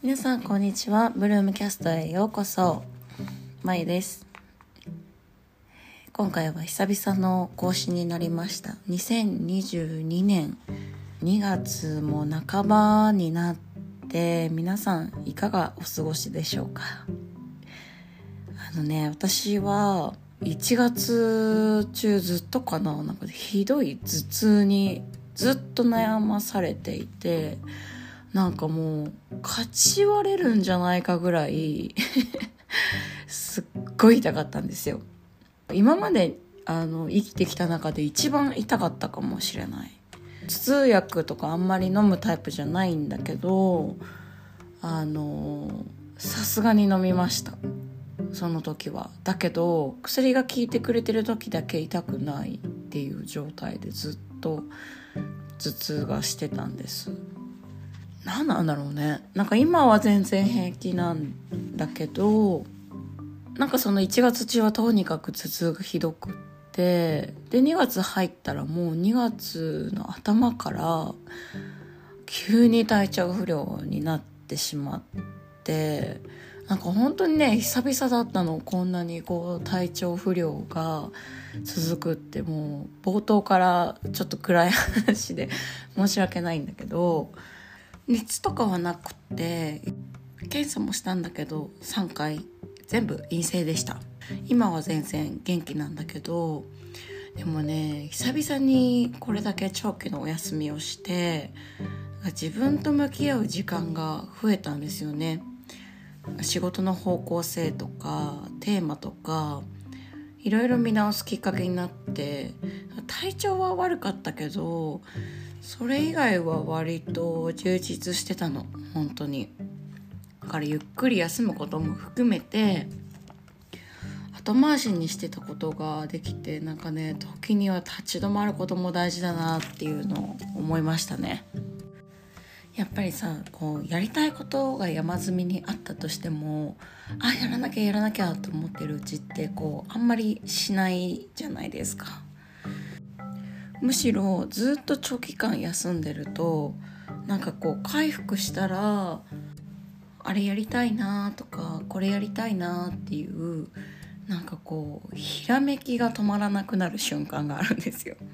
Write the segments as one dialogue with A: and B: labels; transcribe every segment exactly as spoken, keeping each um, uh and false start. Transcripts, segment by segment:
A: 皆さんこんにちは。ブルームキャストへようこそ。まゆです。今回は久々の更新になりました。にせんにじゅうにねんにがつも半ばになって、皆さんいかがお過ごしでしょうか。あのね、私はいちがつ中ずっとかな、なんかひどい頭痛にずっと悩まされていて、なんかもうかち割れるんじゃないかぐらいすっごい痛かったんですよ。今まであの生きてきた中で一番痛かったかもしれない。頭痛薬とかあんまり飲むタイプじゃないんだけど、あのさすがに飲みました、その時は。だけど薬が効いてくれてる時だけ痛くないっていう状態でずっと頭痛がしてたんです。何なんだろうね。なんか今は全然平気なんだけど、なんかそのいちがつ中はとにかく頭痛がひどくって、でにがつ入ったらもうにがつの頭から急に体調不良になってしまって、なんか本当にね、久々だったの。こんなにこう体調不良が続くって。もう冒頭からちょっと暗い話で申し訳ないんだけど、熱とかはなくて検査もしたんだけどさんかい全部陰性でした。今は全然元気なんだけど、でもね、久々にこれだけ長期のお休みをして自分と向き合う時間が増えたんですよね。仕事の方向性とかテーマとかいろいろ見直すきっかけになって、体調は悪かったけどそれ以外は割と充実してたの、本当に。だからゆっくり休むことも含めて後回しにしてたことができて、なんかね、時には立ち止まることも大事だなっていうのを思いましたね。やっぱりさ、こうやりたいことが山積みにあったとしても、あ、やらなきゃやらなきゃと思ってるうちってこうあんまりしないじゃないですか。むしろずっと長期間休んでると、なんかこう回復したらあれやりたいなとかこれやりたいなっていう、なんかこうひらめきが止まらなくなる瞬間があるんですよ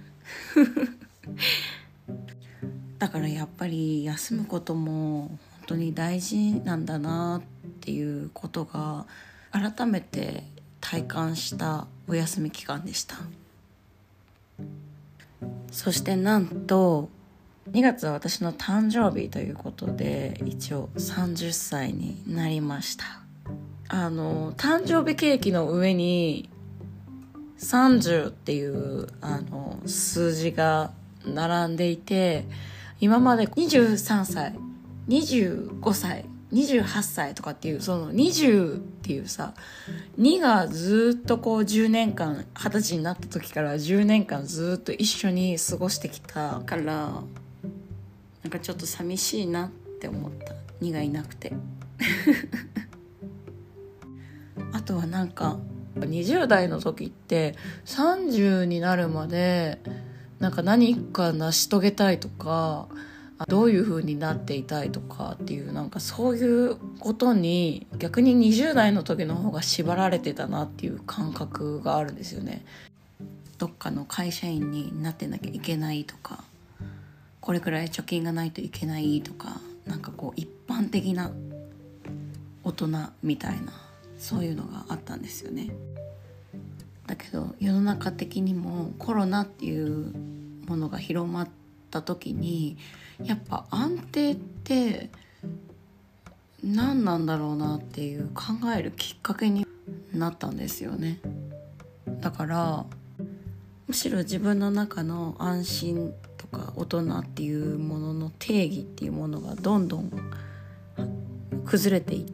A: だからやっぱり休むことも本当に大事なんだなっていうことが改めて体感したお休み期間でした。そしてなんとにがつは私の誕生日ということで、一応さんじゅっさいになりました。あの誕生日ケーキの上にさんじゅうっていうあの数字が並んでいて、今までにじゅうさんさい、にじゅうごさい、にじゅうはっさいとかっていう、そのにじゅうっていうさ、にがずっとこうじゅうねんかん、はたちになった時からじゅうねんかんずっと一緒に過ごしてきたから、なんかちょっと寂しいなって思った、にがいなくてあとはなんかにじゅう代の時ってさんじゅうになるまでなんか何か成し遂げたいとか、どういう風になっていたいとかっていう、なんかそういうことに逆ににじゅう代の時の方が縛られてたなっていう感覚があるんですよね。どっかの会社員になってなきゃいけないとか、これくらい貯金がないといけないとか、なんかこう一般的な大人みたいな、そういうのがあったんですよね。だけど世の中的にもコロナっていうものが広まった時に、やっぱ安定って何なんだろうなっていう考えるきっかけになったんですよね。だからむしろ自分の中の安心とか大人っていうものの定義っていうものがどんどん崩れていって、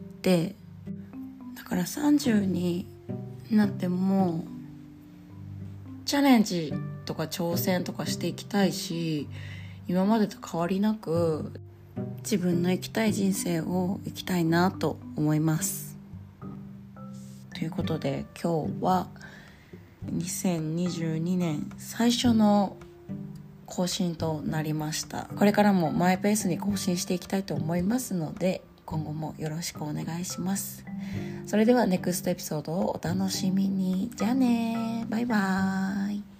A: だからさんじゅうになってもチャレンジとか挑戦とかしていきたいし、今までと変わりなく自分の生きたい人生を生きたいなと思います。ということで今日はにせんにじゅうにねん最初の更新となりました。これからもマイペースに更新していきたいと思いますので、 今後もよろしくお願いします。それではネクストエピソードをお楽しみに。じゃあね、バイバーイ。